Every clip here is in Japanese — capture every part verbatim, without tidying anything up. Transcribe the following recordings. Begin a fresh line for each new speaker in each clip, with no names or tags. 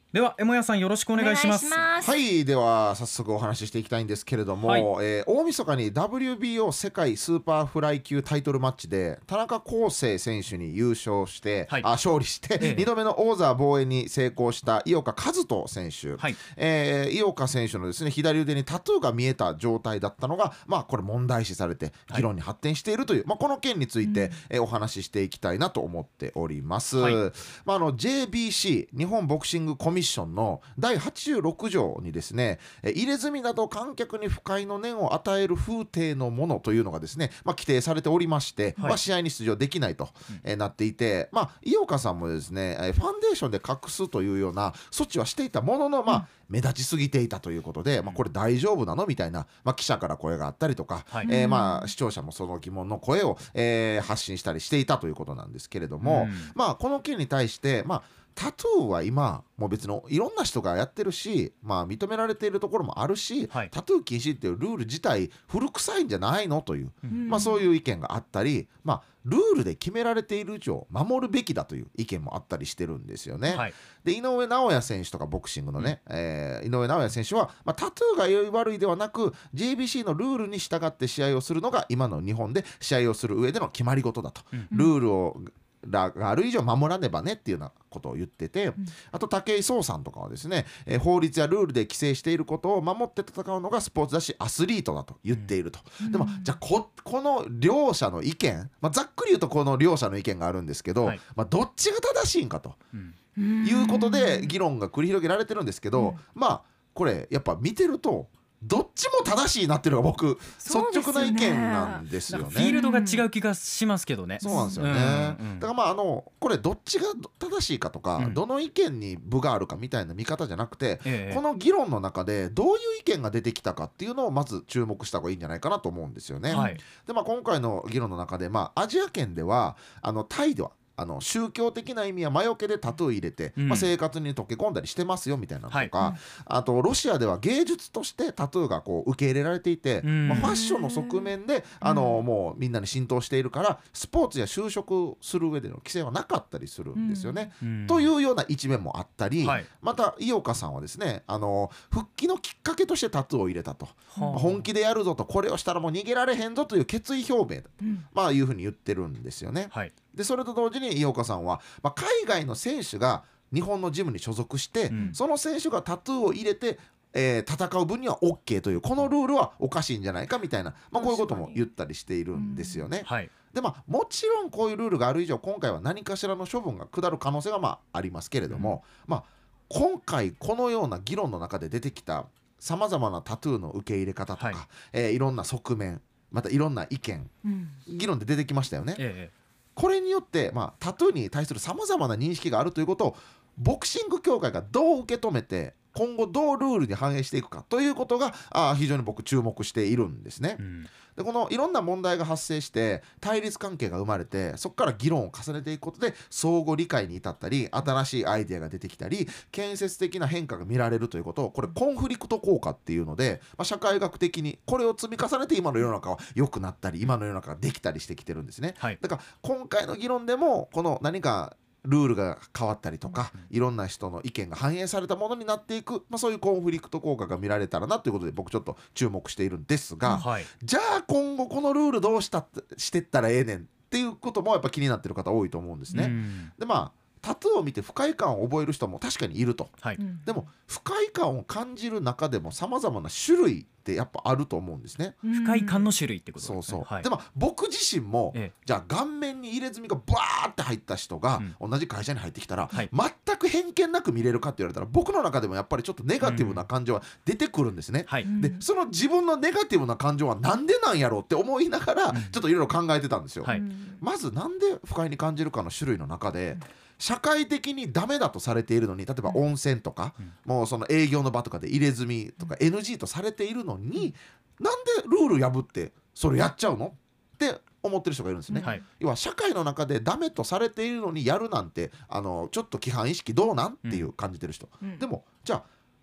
では、エモヤさんよろしくお願いします。
お願いします。
はい、では早速お話ししていきたいんですけれども、
はい、
えー大晦日に ダブリュービーオー 世界スーパーフライ級タイトルマッチで田中康生選手に優勝して、
はい、
あ勝利して、
ええ、
にどめの王座防衛に成功した井岡一翔選手、
はい、
えー井岡選手のですね左腕にタトゥーが見えた状態だったのが、まあ、これ問題視されて議論に発展しているという、はい、まあ、この件について、うんえーお話ししていきたいなと思っております、はい、まあ、あの ジェービーシー 日本ボクシングコミッションのだいはちじゅうろく条にですね、入れ墨など観客に不快の念を与える風体のものというのがですね、まあ、規定されておりまして、はい、まあ、試合に出場できないと、うんえー、なっていて、まあ、井岡さんもですねファンデーションで隠すというような措置はしていたものの、まあ、うん目立ちすぎていたということで、まあ、これ大丈夫なのみたいな、まあ、記者から声があったりとか、はい、えーまあ、視聴者もその疑問の声を、えー、発信したりしていたということなんですけれども、まあ、この件に対して、まあ、タトゥーは今もう別のいろんな人がやってるし、まあ、認められているところもあるし、はい、タトゥー禁止っていうルール自体古臭いんじゃないのという、まあ、そういう意見があったり、まあ、ルールで決められている以上守るべきだという意見もあったりしてるんですよね、はい、で井上尚弥選手とかボクシングのね、うんえー、井上尚弥選手は、まあ、タトゥーが良い悪いではなく ジェービーシー のルールに従って試合をするのが今の日本で試合をする上での決まり事だと、うん、ルールをがある以上守らねばねっていうようなことを言ってて、うん、あと武井壮さんとかはですね、えー、法律やルールで規制していることを守って戦うのがスポーツだしアスリートだと言っていると、うん、でもじゃあ こ, この両者の意見、まあ、ざっくり言うとこの両者の意見があるんですけど、はいまあ、どっちが正しいんかと、うん、いうことで議論が繰り広げられてるんですけど、うん、まあこれやっぱ見てるとどっちも正しいなっていうのが僕率直な意見なんですよね。
フィールドが違う気がしますけどね。
そうなんですよね、うんうん、だからまああのこれどっちが正しいかとか、うん、どの意見に分があるかみたいな見方じゃなくて、ええ、この議論の中でどういう意見が出てきたかっていうのをまず注目した方がいいんじゃないかなと思うんですよね、はい、でまあ今回の議論の中で、まあ、アジア圏ではあのタイではあの宗教的な意味や魔除けでタトゥー入れて、うんまあ、生活に溶け込んだりしてますよみたいなのとか、はい、あとロシアでは芸術としてタトゥーがこう受け入れられていて、うんまあ、ファッションの側面であの、うん、もうみんなに浸透しているからスポーツや就職する上での規制はなかったりするんですよね、うん、というような一面もあったり、はい、また井岡さんはですねあの復帰のきっかけとしてタトゥーを入れたと、はあ、本気でやるぞとこれをしたらもう逃げられへんぞという決意表明だと、うん、まあいうふうに言ってるんですよね、はいでそれと同時に井岡さんは、まあ、海外の選手が日本のジムに所属して、うん、その選手がタトゥーを入れて、えー、戦う分には OK というこのルールはおかしいんじゃないかみたいな、まあ、こういうことも言ったりしているんですよね、うんはいでまあ、もちろんこういうルールがある以上今回は何かしらの処分が下る可能性がまあありますけれども、うんまあ、今回このような議論の中で出てきたさまざまなタトゥーの受け入れ方とか、はいえー、いろんな側面またいろんな意見、うん、議論で出てきましたよね、ええこれによって、まあ、タトゥーに対するさまざまな認識があるということをボクシング協会がどう受け止めて今後どうルールに反映していくかということがあ非常に僕注目しているんですね、うん、でこのいろんな問題が発生して対立関係が生まれてそこから議論を重ねていくことで相互理解に至ったり新しいアイデアが出てきたり建設的な変化が見られるということをこれコンフリクト効果っていうので、まあ、社会学的にこれを積み重ねて今の世の中は良くなったり今の世の中ができたりしてきてるんですね、はい、だから今回の議論でもこの何かルールが変わったりとか、いろんな人の意見が反映されたものになっていく、まあ、そういうコンフリクト効果が見られたらなということで僕ちょっと注目しているんですが、はい、じゃあ今後このルールどうしたしてったらええねんっていうこともやっぱ気になってる方多いと思うんですね。でまあタトゥーを見て不快感を覚える人も確かにいると、はい、でも不快感を感じる中でもさまざまな種類ってやっぱあると思うんですね。
不快感の種類ってことですね。
そうそう、
はい、
でも僕自身も、ええ、じゃあ顔面に入れ墨がバーって入った人が、うん、同じ会社に入ってきたら、はい、全く偏見なく見れるかって言われたら僕の中でもやっぱりちょっとネガティブな感情は出てくるんですね、うんはい、でその自分のネガティブな感情はなんでなんやろうって思いながら、うん、ちょっといろいろ考えてたんですよ、はい、まずなんで不快に感じるかの種類の中で、うん社会的にダメだとされているのに例えば温泉とか、うん、もうその営業の場とかで入れ墨とか エヌジー とされているのに、うん、なんでルール破ってそれやっちゃうのって思ってる人がいるんですね、はい、要は社会の中でダメとされているのにやるなんてあのちょっと規範意識どうなんっていう感じてる人、うん、でもじゃあ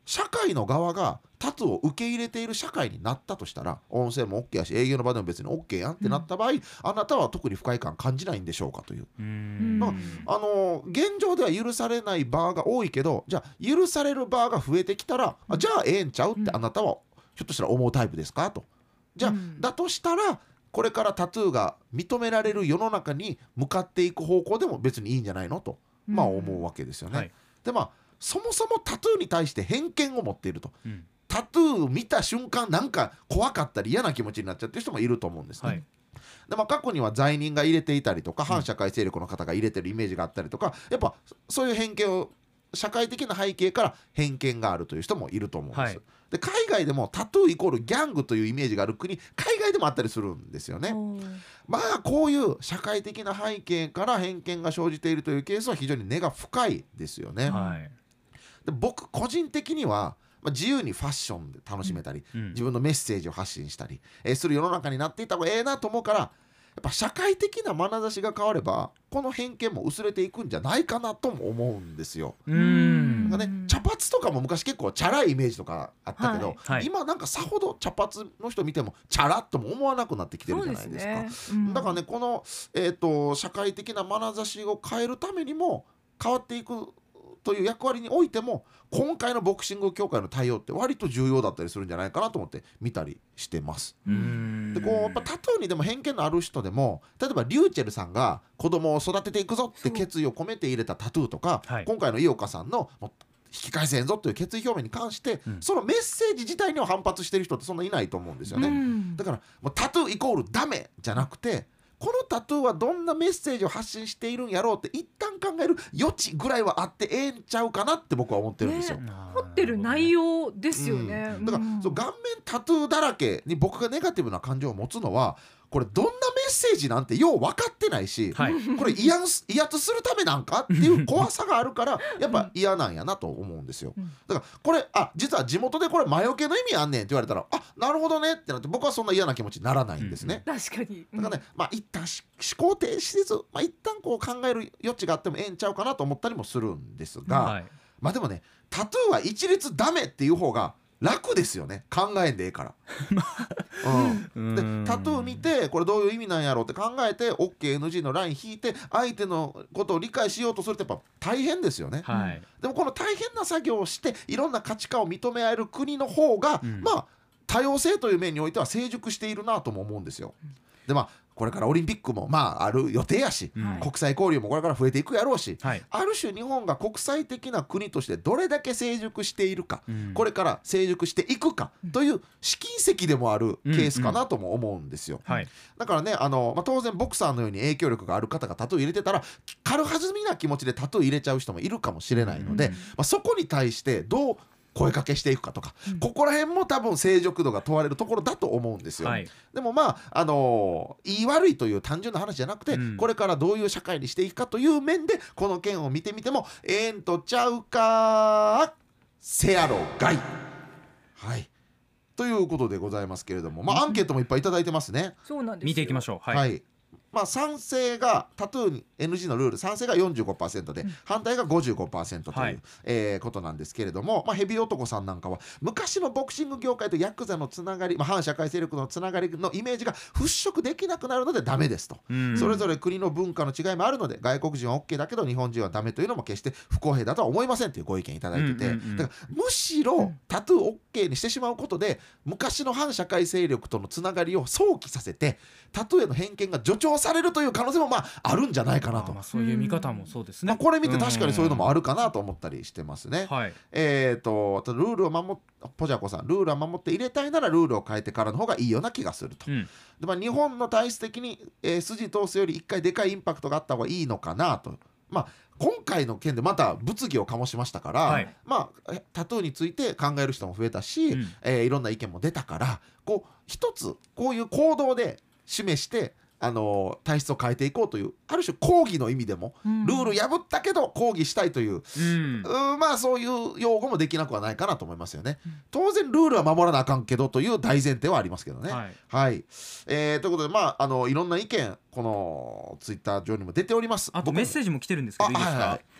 社会の側がタトゥーを受け入れている社会になったとしたら、音声も OK やし営業の場でも別に OK やんってなった場合、うん、あなたは特に不快感感じないんでしょうかという、うーん、まあ、あの現状では許されないバーが多いけど、じゃあ許されるバーが増えてきたら、うん、あじゃあええんちゃうってあなたはひょっとしたら思うタイプですかと。じゃあ、うん、だとしたらこれからタトゥーが認められる世の中に向かっていく方向でも別にいいんじゃないのと、まあ、思うわけですよね、うん、はい、でまあそもそもタトゥーに対して偏見を持っていると、うん、タトゥー見た瞬間なんか怖かったり嫌な気持ちになっちゃってる人もいると思うんですね、はい、でまあ、過去には罪人が入れていたりとか、反社会勢力の方が入れてるイメージがあったりとか、やっぱそういう偏見を社会的な背景から偏見があるという人もいると思うんです、はい、で海外でもタトゥーイコールギャングというイメージがある国、海外でもあったりするんですよね。まあこういう社会的な背景から偏見が生じているというケースは非常に根が深いですよね、はい、で僕個人的には、まあ、自由にファッションで楽しめたり、うん、自分のメッセージを発信したり、えー、する世の中になっていった方がええなと思うから、やっぱ社会的な眼差しが変わればこの偏見も薄れていくんじゃないかなとも思うんですよ。うーん、なんかね、茶髪とかも昔結構チャラいイメージとかあったけど、はいはい、今なんかさほど茶髪の人見てもチャラっとも思わなくなってきてるじゃないですか。ですね、うん、だからねこの、えーと、社会的な眼差しを変えるためにも変わっていくという役割においても今回のボクシング協会の対応って割と重要だったりするんじゃないかなと思って見たりしてます。うーん、でこうやっぱタトゥーにでも偏見のある人でも、例えばリューチェルさんが子供を育てていくぞって決意を込めて入れたタトゥーとか、はい、今回の井岡さんのもう引き返せんぞという決意表明に関して、うん、そのメッセージ自体には反発してる人ってそんないないと思うんですよね。だからもうタトゥーイコールダメじゃなくて、このタトゥーはどんなメッセージを発信しているんやろうって一旦考える余地ぐらいはあってええんちゃうかなって僕は思ってるんですよ、ね、
掘ってる内容ですよね、
うん、だから、うん、そう顔面タトゥーだらけに僕がネガティブな感情を持つのは、これどんなメッセージなんてよう分かってないし、はい、これ威圧、威圧するためなんかっていう怖さがあるからやっぱ嫌なんやなと思うんですよ。だからこれあ実は地元でこれ魔除けの意味あんねんって言われたら、あなるほどねってなって、僕はそんな嫌な気持ちにならないんですね、
うん、確かに、
だからね、まあ一旦思考停止せず、まあ、一旦こう考える余地があってもええんちゃうかなと思ったりもするんですが、はい、まあでもねタトゥーは一律ダメっていう方が楽ですよね、考えんでええから、うん、でタトゥー見てこれどういう意味なんやろうって考えて オーケーエヌジー のライン引いて相手のことを理解しようとするとやっぱ大変ですよね、はい、でもこの大変な作業をしていろんな価値観を認め合える国の方が、うん、まあ多様性という面においては成熟しているなとも思うんですよ。でまあこれからオリンピックもまあある予定やし、うん、国際交流もこれから増えていくやろうし、はい、ある種日本が国際的な国としてどれだけ成熟しているか、うん、これから成熟していくかという試金石でもあるケースかなとも思うんですよ、うんうんはい、だからねあの、まあ、当然ボクサーのように影響力がある方がタトゥー入れてたら軽はずみな気持ちでタトゥー入れちゃう人もいるかもしれないので、うんまあ、そこに対してどう声かけしていくかとか、うん、ここら辺も多分成熟度が問われるところだと思うんですよ、はい、でもまああのー、言い悪いという単純な話じゃなくて、うん、これからどういう社会にしていくかという面でこの件を見てみてもええんとちゃうかせやろがい、はいということでございますけれども、まあ、アンケートもいっぱいいただいてますね。
そうなんですよ、
見ていきましょう。はい、
はいまあ、賛成がタトゥーに エヌジー のルール賛成が よんじゅうごパーセント で、うん、反対が ごじゅうごパーセント という、はいえー、ことなんですけれども、まあ、ヘビ男さんなんかは昔のボクシング業界とヤクザのつながり、まあ、反社会勢力のつながりのイメージが払拭できなくなるのでダメですと、うん、それぞれ国の文化の違いもあるので外国人は OK だけど日本人はダメというのも決して不公平だとは思いませんというご意見いただいてて、うんうんうん、だからむしろタトゥー OK にしてしまうことで昔の反社会勢力とのつながりを想起させてタトゥーへの偏見が助長されるという可能性もまああるんじゃないかなと。
あまあそういう見方もそうですね、
まあ、これ見て確かにそういうのもあるかなと思ったりしてますね、はいえー、とルールを守っポジャコさんルールを守って入れたいならルールを変えてからの方がいいような気がすると、うんでまあ、日本の体質的に、えー、筋通すより一回でかいインパクトがあった方がいいのかなと、まあ、今回の件でまた物議を醸しましたから、はいまあ、タトゥーについて考える人も増えたし、うんえー、いろんな意見も出たからこう一つこういう行動で示してあの体質を変えていこうというある種抗議の意味でも、うん、ルール破ったけど抗議したいという、うんうまあそういう用語もできなくはないかなと思いますよね、うん、当然ルールは守らなあかんけどという大前提はありますけどね。はい、はいえー、ということでまああのいろんな意見このツイッター上にも出ております。
あとメッセージも来てるんですけどいいですか、はいはいはい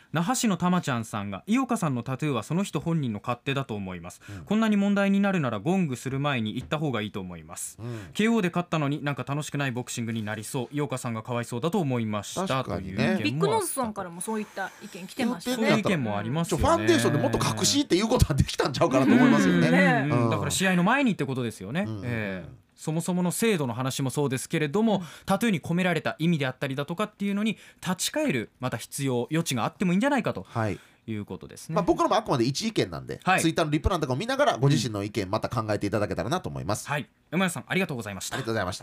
那覇市のたまちゃんさんが、井岡さんのタトゥーはその人本人の勝手だと思います、うん、こんなに問題になるならゴングする前に行った方がいいと思います、うん、ケーオー で勝ったのになんか楽しくないボクシングになりそう、井岡さんがかわいそうだと思いました。
確かにね、
という意見もあった。
ビッグノーズさんからもそういった意見来てましたね。
そういう意見もありますよね。
ファンデーションでもっと隠しいっていうことはできたんちゃうかなと思いますよね、
うんうんうん、だから試合の前にってことですよね、うんえー、そもそもの制度の話もそうですけれども、うん、タトゥーに込められた意味であったりだとかっていうのに立ち返るまた必要余地があってもいいんじゃないかと、はいいうことですね。
まあ、僕らもあくまで一意見なんで、はい、ツイッターのリプランとかを見ながらご自身の意見また考えていただけたらなと思います、
うん、はい、山谷さんありがとうございました。
ありがとうございました。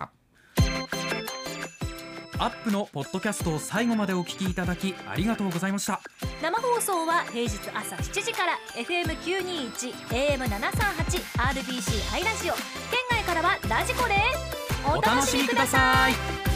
アップのポッドキャストを最後までお聞きいただきありがとうございました。
生放送は平日朝しちじから エフエムきゅうにいち エーエムななさんはち アールビーシー ハイラジオ、県外からはラジコです。
お楽しみください。